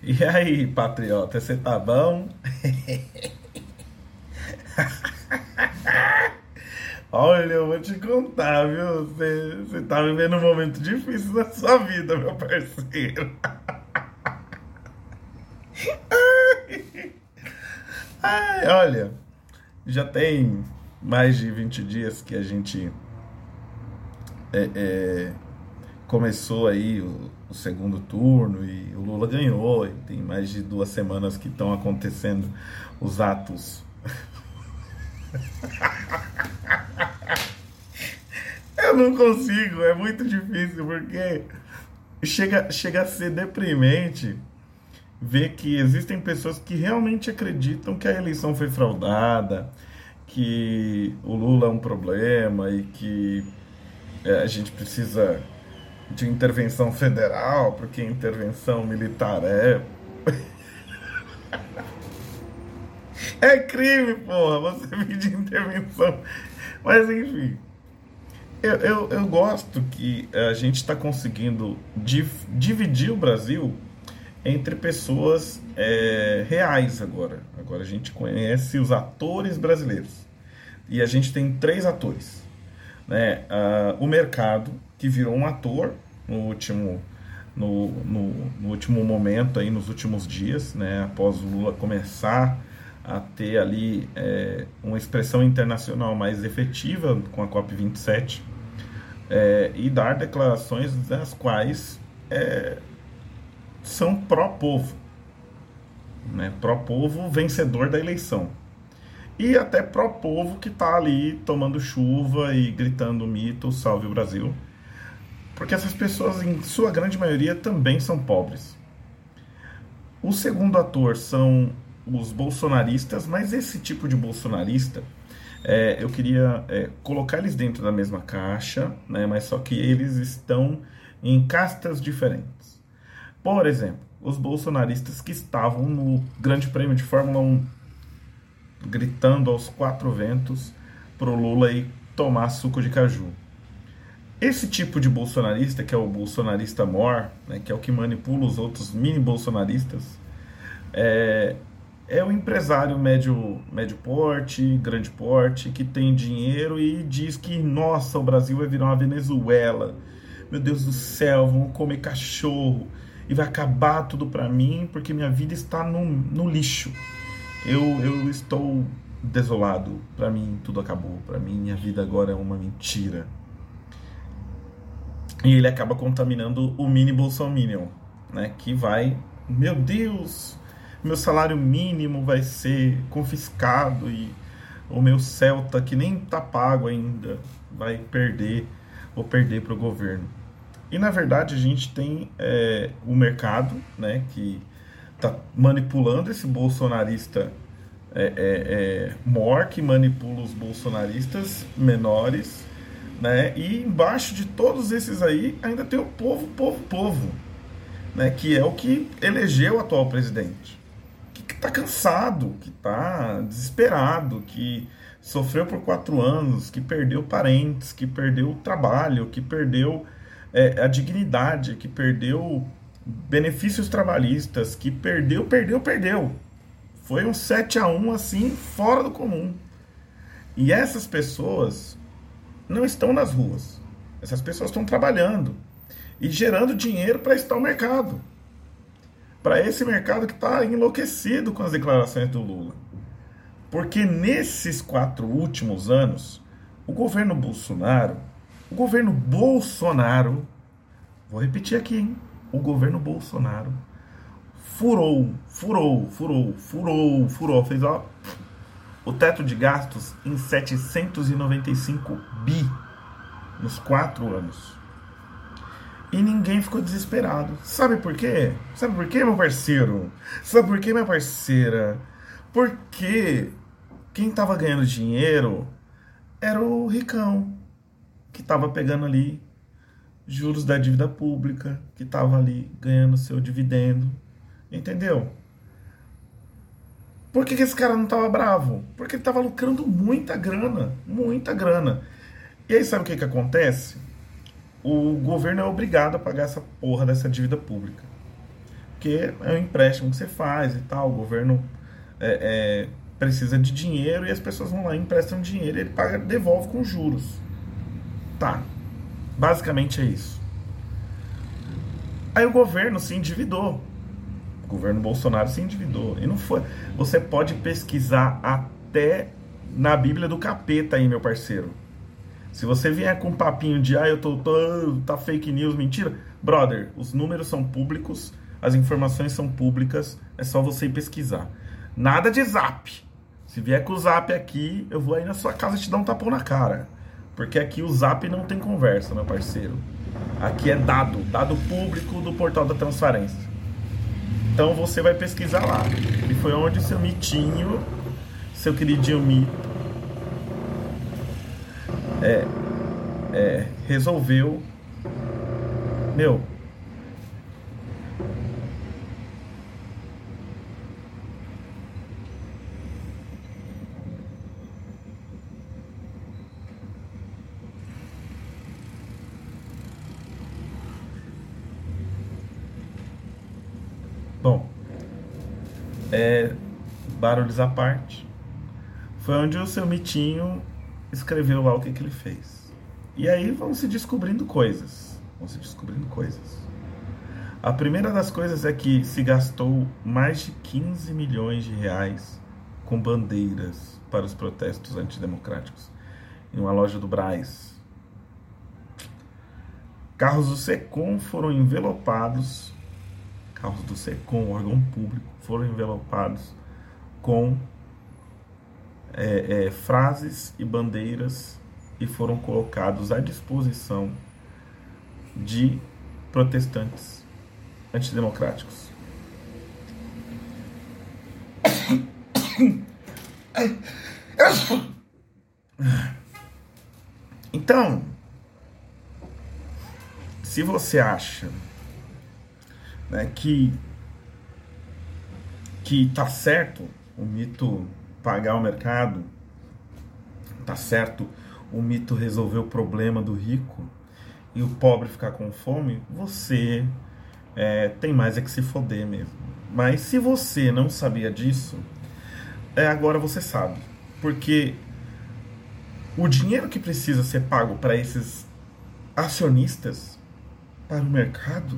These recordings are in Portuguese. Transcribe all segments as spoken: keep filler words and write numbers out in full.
E aí, patriota, você tá bom? Olha, eu vou te contar, viu? Você, você tá vivendo um momento difícil da sua vida, meu parceiro. Ai, olha, já tem mais de vinte dias que a gente é, é, começou aí o, o segundo turno e o Lula ganhou. E tem mais de duas semanas que estão acontecendo os atos. Eu não consigo, é muito difícil, porque chega, chega a ser deprimente ver que existem pessoas que realmente acreditam que a eleição foi fraudada, que o Lula é um problema e que é, a gente precisa de intervenção federal, porque intervenção militar é. É crime, porra, você pedir intervenção. Mas enfim, eu, eu, eu gosto que a gente está conseguindo div- dividir o Brasil entre pessoas é, reais agora. Agora a gente conhece os atores brasileiros. E a gente tem três atores. Né? Ah, o mercado, que virou um ator no último, no, no, no último momento, aí, nos últimos dias, né? Após o Lula começar a ter ali é, uma expressão internacional mais efetiva com a COP vinte e sete é, e dar declarações das quais é, são pró-povo, né? Pró-povo vencedor da eleição. E até pró-povo que está ali tomando chuva e gritando mito, salve o Brasil. Porque essas pessoas, em sua grande maioria, também são pobres. O segundo ator são os bolsonaristas, mas esse tipo de bolsonarista, é, eu queria é, colocar eles dentro da mesma caixa, né, mas só que eles estão em castas diferentes. Por exemplo, os bolsonaristas que estavam no Grande Prêmio de Fórmula um, gritando aos quatro ventos pro Lula ir tomar suco de caju. Esse tipo de bolsonarista, que é o bolsonarista mor, né, que é o que manipula os outros mini bolsonaristas, é, é o empresário médio, médio porte, grande porte, que tem dinheiro e diz que, nossa, o Brasil vai virar uma Venezuela. Meu Deus do céu, vão comer cachorro e vai acabar tudo pra mim porque minha vida está no, no lixo. Eu, eu estou desolado. Pra mim tudo acabou. Pra mim minha vida agora é uma mentira. E ele acaba contaminando o mini bolsominion, né? Que vai, meu Deus, meu salário mínimo vai ser confiscado e o meu Celta, que nem tá pago ainda, vai perder, vou perder para o governo. E na verdade a gente tem é, o mercado, né? Que tá manipulando esse bolsonarista é, é, é, mor, que manipula os bolsonaristas menores, né? E embaixo de todos esses aí ainda tem o povo, povo, povo, né? Que é o que elegeu o atual presidente, que está cansado, que está desesperado, que sofreu por quatro anos, que perdeu parentes, que perdeu o trabalho, que perdeu é, a dignidade, que perdeu benefícios trabalhistas, que perdeu, perdeu, perdeu. Foi um sete a um assim, fora do comum. E essas pessoas não estão nas ruas. Essas pessoas estão trabalhando e gerando dinheiro para estar o mercado. Para esse mercado que está enlouquecido com as declarações do Lula. Porque nesses quatro últimos anos, o governo Bolsonaro, o governo Bolsonaro, vou repetir aqui, hein? O governo Bolsonaro furou, furou, furou, furou, furou, fez ó, o teto de gastos em setecentos e noventa e cinco bi nos quatro anos. E ninguém ficou desesperado. Sabe por quê? Sabe por quê, meu parceiro? Sabe por quê, minha parceira? Porque quem estava ganhando dinheiro era o ricão, que estava pegando ali juros da dívida pública, que estava ali ganhando seu dividendo. Entendeu? Por que, que esse cara não estava bravo? Porque ele estava lucrando muita grana, muita grana. E aí sabe o que, que acontece? O governo é obrigado a pagar essa porra dessa dívida pública. porque é um empréstimo que você faz e tal, o governo é, é, precisa de dinheiro e as pessoas vão lá e emprestam dinheiro e ele paga, devolve com juros. Tá, basicamente é isso. Aí o governo se endividou. O governo Bolsonaro se endividou. E não foi. Você pode pesquisar até na Bíblia do Capeta aí, meu parceiro. Se você vier com um papinho de ah, eu tô, tô tá fake news, mentira, brother, os números são públicos, as informações são públicas, é só você ir pesquisar. Nada de zap. Se vier com o zap aqui, eu vou aí na sua casa te dar um tapão na cara. Porque aqui o zap não tem conversa, meu parceiro. Aqui é dado, dado público do portal da transparência. Então você vai pesquisar lá. E foi onde o seu mitinho, seu queridinho mito, é, é, resolveu, meu, bom, é, barulhos à parte, foi onde o seu mitinho escreveu lá o que, que ele fez. E aí vão se descobrindo coisas. Vão se descobrindo coisas. A primeira das coisas é que se gastou mais de quinze milhões de reais com bandeiras para os protestos antidemocráticos em uma loja do Brás. Carros do SECOM foram envelopados, carros do SECOM, órgão público, foram envelopados com É, é, frases e bandeiras e foram colocados à disposição de protestantes antidemocráticos. Então, se você acha, né, que que tá certo o mito pagar o mercado, tá certo o mito resolver o problema do rico e o pobre ficar com fome, você é, tem mais é que se foder mesmo. Mas se você não sabia disso, é, agora você sabe. Porque o dinheiro que precisa ser pago para esses acionistas, para o mercado,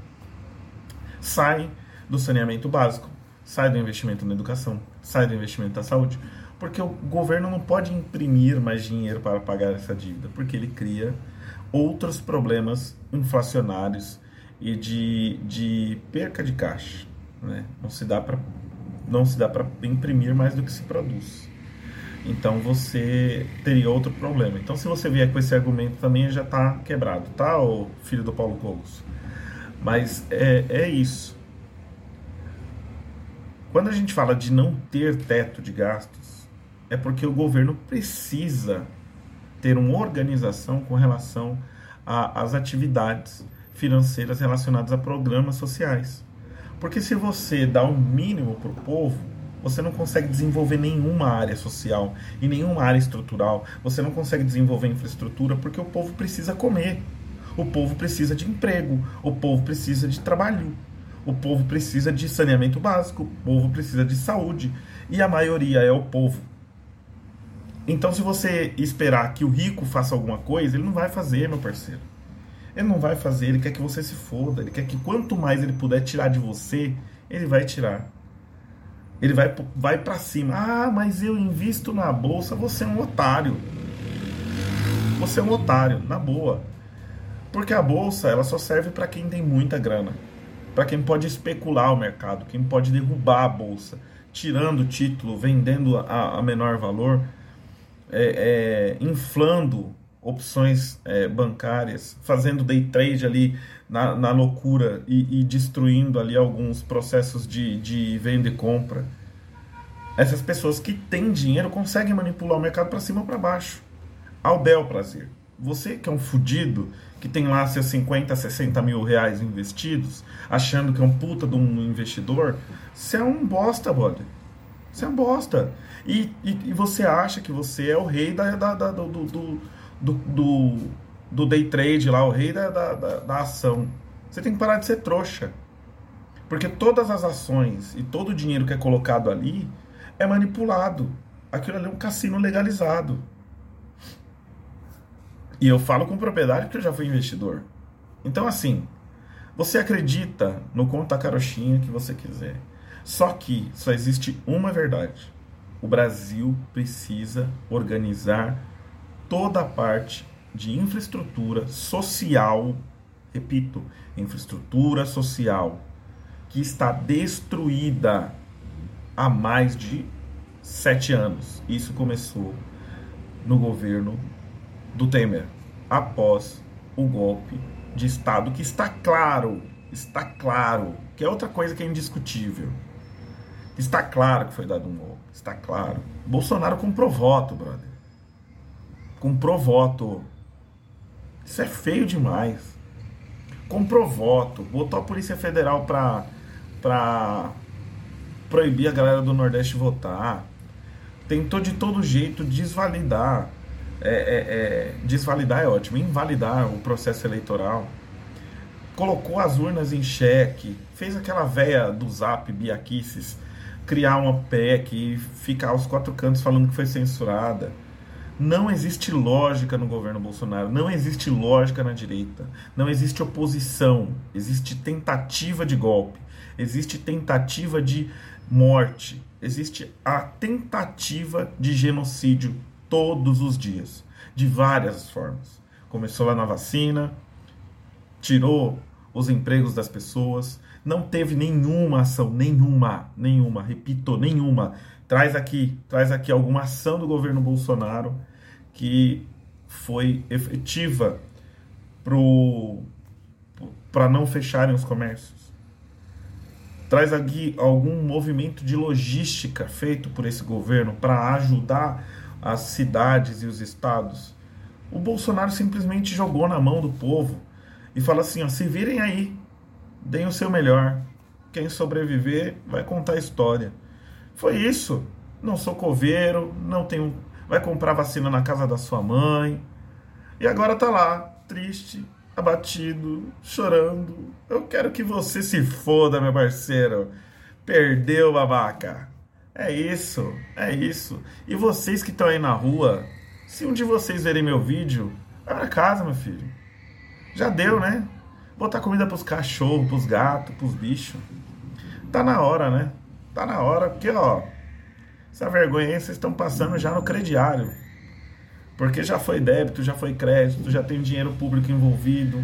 sai do saneamento básico, sai do investimento na educação, sai do investimento na saúde, porque o governo não pode imprimir mais dinheiro para pagar essa dívida, porque ele cria outros problemas inflacionários e de, de perca de caixa, né? Não se dá para não se dá para imprimir mais do que se produz. Então você teria outro problema. Então se você vier com esse argumento também já está quebrado, tá, ô filho do Paulo Cogos? Mas é, é isso. Quando a gente fala de não ter teto de gastos, é porque o governo precisa ter uma organização com relação às atividades financeiras relacionadas a programas sociais. Porque se você dá o mínimo para o povo, você não consegue desenvolver nenhuma área social e nenhuma área estrutural. Você não consegue desenvolver infraestrutura porque o povo precisa comer. O povo precisa de emprego. O povo precisa de trabalho. O povo precisa de saneamento básico, o povo precisa de saúde, e a maioria é o povo. Então, se você esperar que o rico faça alguma coisa, ele não vai fazer, meu parceiro. Ele não vai fazer, ele quer que você se foda, ele quer que quanto mais ele puder tirar de você, ele vai tirar. Ele vai, vai pra cima. Ah, mas eu invisto na bolsa, você é um otário. Você é um otário, na boa. Porque a bolsa, ela só serve para quem tem muita grana. Para quem pode especular o mercado, quem pode derrubar a bolsa, tirando o título, vendendo a, a menor valor, é, é, inflando opções é, bancárias, fazendo day trade ali na, na loucura e, e destruindo ali alguns processos de, de venda e compra. Essas pessoas que têm dinheiro conseguem manipular o mercado para cima ou para baixo, ao bel prazer. Você que é um fudido, que tem lá seus cinquenta, sessenta mil reais investidos, achando que é um puta de um investidor, você é um bosta, brother. Você é um bosta. E, e, e você acha que você é o rei da, da, da, do, do, do, do, do day trade lá, o rei da, da, da, da ação. Você tem que parar de ser trouxa. Porque todas as ações e todo o dinheiro que é colocado ali é manipulado. Aquilo ali é um cassino legalizado. E eu falo com propriedade porque eu já fui investidor. Então, assim, você acredita no conta carochinha que você quiser. Só que só existe uma verdade. O Brasil precisa organizar toda a parte de infraestrutura social, repito, infraestrutura social, que está destruída há mais de sete anos. Isso começou no governo do Temer, após o golpe de Estado, que está claro, está claro, que é outra coisa que é indiscutível. Está claro que foi dado um golpe, está claro. Bolsonaro comprou voto, brother. Comprou voto. Isso é feio demais. Comprou voto, botou a Polícia Federal pra, pra proibir a galera do Nordeste votar. Tentou de todo jeito desvalidar. É, é, é, desvalidar é ótimo, invalidar o processo eleitoral. Colocou as urnas em xeque. Fez aquela véia do Zap, Bia Kicis, criar uma P E C e ficar aos quatro cantos falando que foi censurada. Não existe lógica no governo Bolsonaro, não existe lógica na direita, não existe oposição, existe tentativa de golpe, existe tentativa de morte, existe a tentativa de genocídio todos os dias, de várias formas. Começou lá na vacina, tirou os empregos das pessoas, não teve nenhuma ação, nenhuma, nenhuma, repito, nenhuma. Traz aqui, traz aqui alguma ação do governo Bolsonaro que foi efetiva para não fecharem os comércios. Traz aqui algum movimento de logística feito por esse governo para ajudar as cidades e os estados. O Bolsonaro simplesmente jogou na mão do povo e fala assim, ó, se virem aí, deem o seu melhor. Quem sobreviver vai contar a história. Foi isso. Não sou coveiro, não tenho, vai comprar vacina na casa da sua mãe. E agora tá lá, triste, abatido, chorando. Eu quero que você se foda, meu parceiro. Perdeu, babaca. É isso, é isso. E vocês que estão aí na rua, se um de vocês verem meu vídeo, vai pra casa, meu filho. Já deu, né? Botar comida pros cachorros, pros gatos, pros bichos. Tá na hora, né? Tá na hora, porque, ó, essa vergonha aí vocês estão passando já no crediário. Porque já foi débito, já foi crédito, já tem dinheiro público envolvido.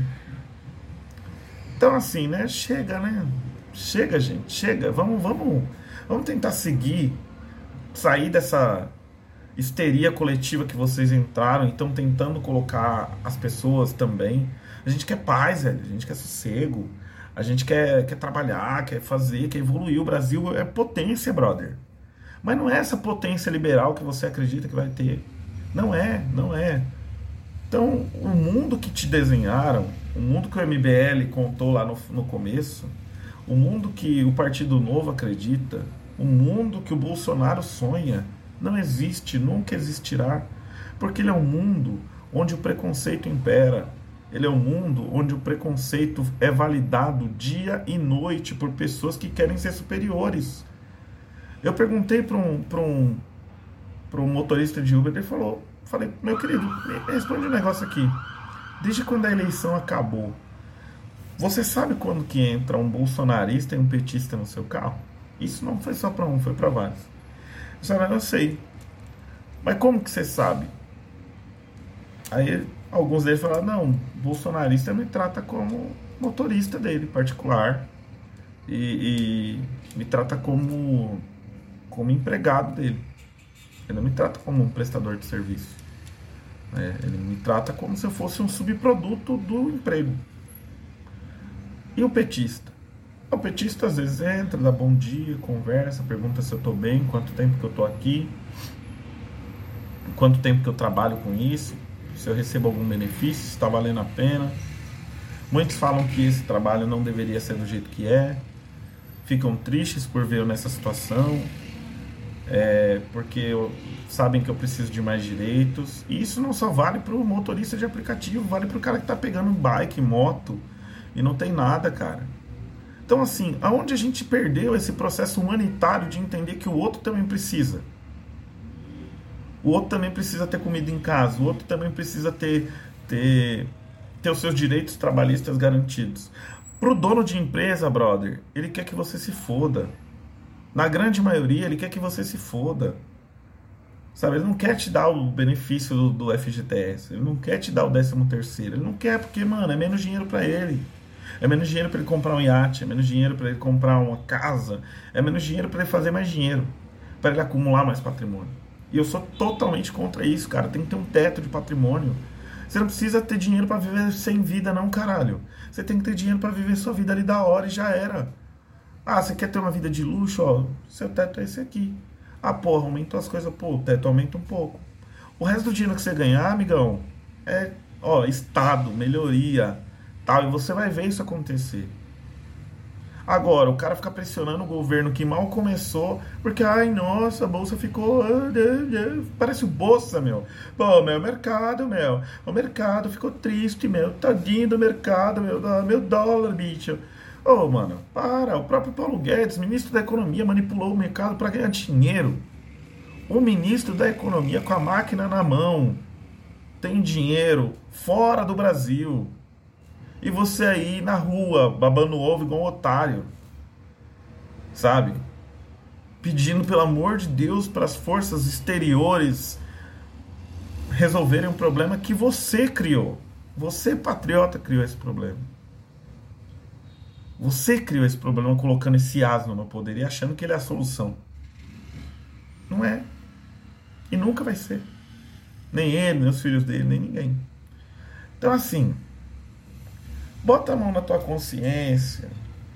Então, assim, né? Chega, né? Chega, gente, chega. Vamos, vamos, vamos tentar seguir, sair dessa histeria coletiva que vocês entraram e estão tentando colocar as pessoas também. A gente quer paz, velho. A gente quer sossego. A gente quer, quer trabalhar, quer fazer, quer evoluir. O Brasil é potência, brother. Mas não é essa potência liberal que você acredita que vai ter. Não é, não é. Então, o mundo que te desenharam, o mundo que o M B L contou lá no, no começo, o mundo que o Partido Novo acredita, o mundo que o Bolsonaro sonha, não existe, nunca existirá. Porque ele é um mundo onde o preconceito impera. Ele é um mundo onde o preconceito é validado dia e noite por pessoas que querem ser superiores. Eu perguntei para um, para um, para um motorista de Uber, ele falou, falei, meu querido, me responde um negócio aqui. Desde quando a eleição acabou, você sabe quando que entra um bolsonarista e um petista no seu carro? Isso não foi só para um, foi para vários. Eu falei, eu sei. Mas como que você sabe? Aí alguns deles falaram, não, bolsonarista me trata como motorista dele, particular. E, e me trata como, como empregado dele. Ele não me trata como um prestador de serviço. É, ele me trata como se eu fosse um subproduto do emprego. E o petista? O petista às vezes entra, dá bom dia, conversa, pergunta se eu estou bem, quanto tempo que eu estou aqui, quanto tempo que eu trabalho com isso, se eu recebo algum benefício, se está valendo a pena. Muitos falam que esse trabalho não deveria ser do jeito que é, ficam tristes por ver eu nessa situação, é, porque eu, sabem que eu preciso de mais direitos. E isso não só vale para o motorista de aplicativo, vale para o cara que está pegando bike, moto e não tem nada, cara. Então, assim, aonde a gente perdeu esse processo humanitário de entender que o outro também precisa? O outro também precisa ter comida em casa, o outro também precisa ter, ter, ter os seus direitos trabalhistas garantidos. Pro dono de empresa, brother, ele quer que você se foda. Na grande maioria, ele quer que você se foda. Sabe, ele não quer te dar o benefício do, do F G T S, ele não quer te dar o décimo terceiro, ele não quer porque, mano, é menos dinheiro pra ele. É menos dinheiro pra ele comprar um iate, é menos dinheiro pra ele comprar uma casa, é menos dinheiro pra ele fazer mais dinheiro, pra ele acumular mais patrimônio. E eu sou totalmente contra isso, cara. Tem que ter um teto de patrimônio. Você não precisa ter dinheiro pra viver sem vida, não, caralho. Você tem que ter dinheiro pra viver sua vida ali da hora e já era. Ah, você quer ter uma vida de luxo? Ó, seu teto é esse aqui. Ah, porra, aumentou as coisas. Pô, o teto aumenta um pouco. O resto do dinheiro que você ganhar, amigão, é, ó, estado, melhoria, tal. E você vai ver isso acontecer. Agora, o cara fica pressionando o governo que mal começou, porque, ai, nossa, a bolsa ficou... Parece o Bolsa, meu. Pô, meu, mercado, meu. O mercado ficou triste, meu. Tadinho do mercado, meu. Meu dólar, bicho. Ô, oh, mano, para. O próprio Paulo Guedes, ministro da Economia, manipulou o mercado para ganhar dinheiro. O ministro da Economia, com a máquina na mão, tem dinheiro fora do Brasil. E você aí na rua, babando ovo igual um otário. Sabe? Pedindo, pelo amor de Deus, para as forças exteriores resolverem um problema que você criou. Você, patriota, criou esse problema. Você criou esse problema colocando esse asno no poder e achando que ele é a solução. Não é. E nunca vai ser. Nem ele, nem os filhos dele, nem ninguém. Então, assim, bota a mão na tua consciência.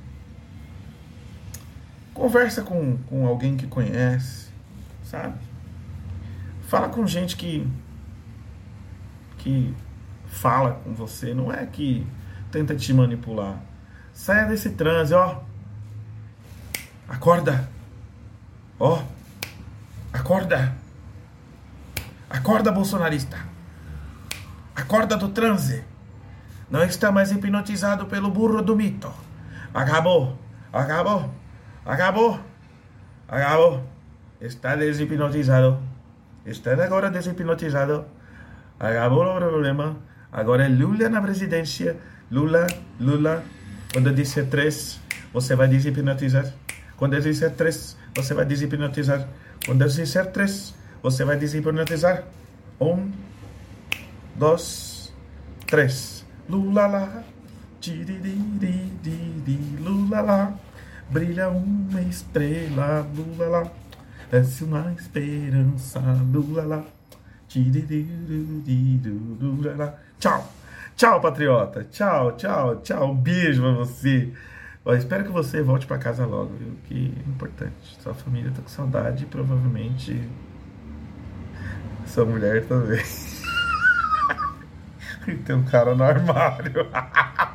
Conversa com, com alguém que conhece, sabe? Fala com gente que, que fala com você. Não é que tenta te manipular. Saia desse transe, ó. Acorda. Ó. Acorda. Acorda, bolsonarista. Acorda do transe. Não está mais hipnotizado pelo burro do mito. Acabou. Acabou. Acabou. Acabou. Está deshipnotizado. Está agora deshipnotizado. Acabou o problema. Agora é Lula na presidência. Lula, Lula. Quando eu disser três, você vai deshipnotizar. Quando eu disser três, você vai deshipnotizar. Quando eu disser três, você vai deshipnotizar. Um, dois, três. Lula lá, tiririri, Lula lá, brilha uma estrela, Lula lá, desce uma esperança, Lula lá, tiririri, Lula lá. Tchau. Tchau, patriota. Tchau, tchau, tchau. Um beijo pra você. Eu espero que você volte pra casa logo, viu? Que é importante. Sua família tá com saudade e provavelmente sua mulher também. E tem um cara no armário.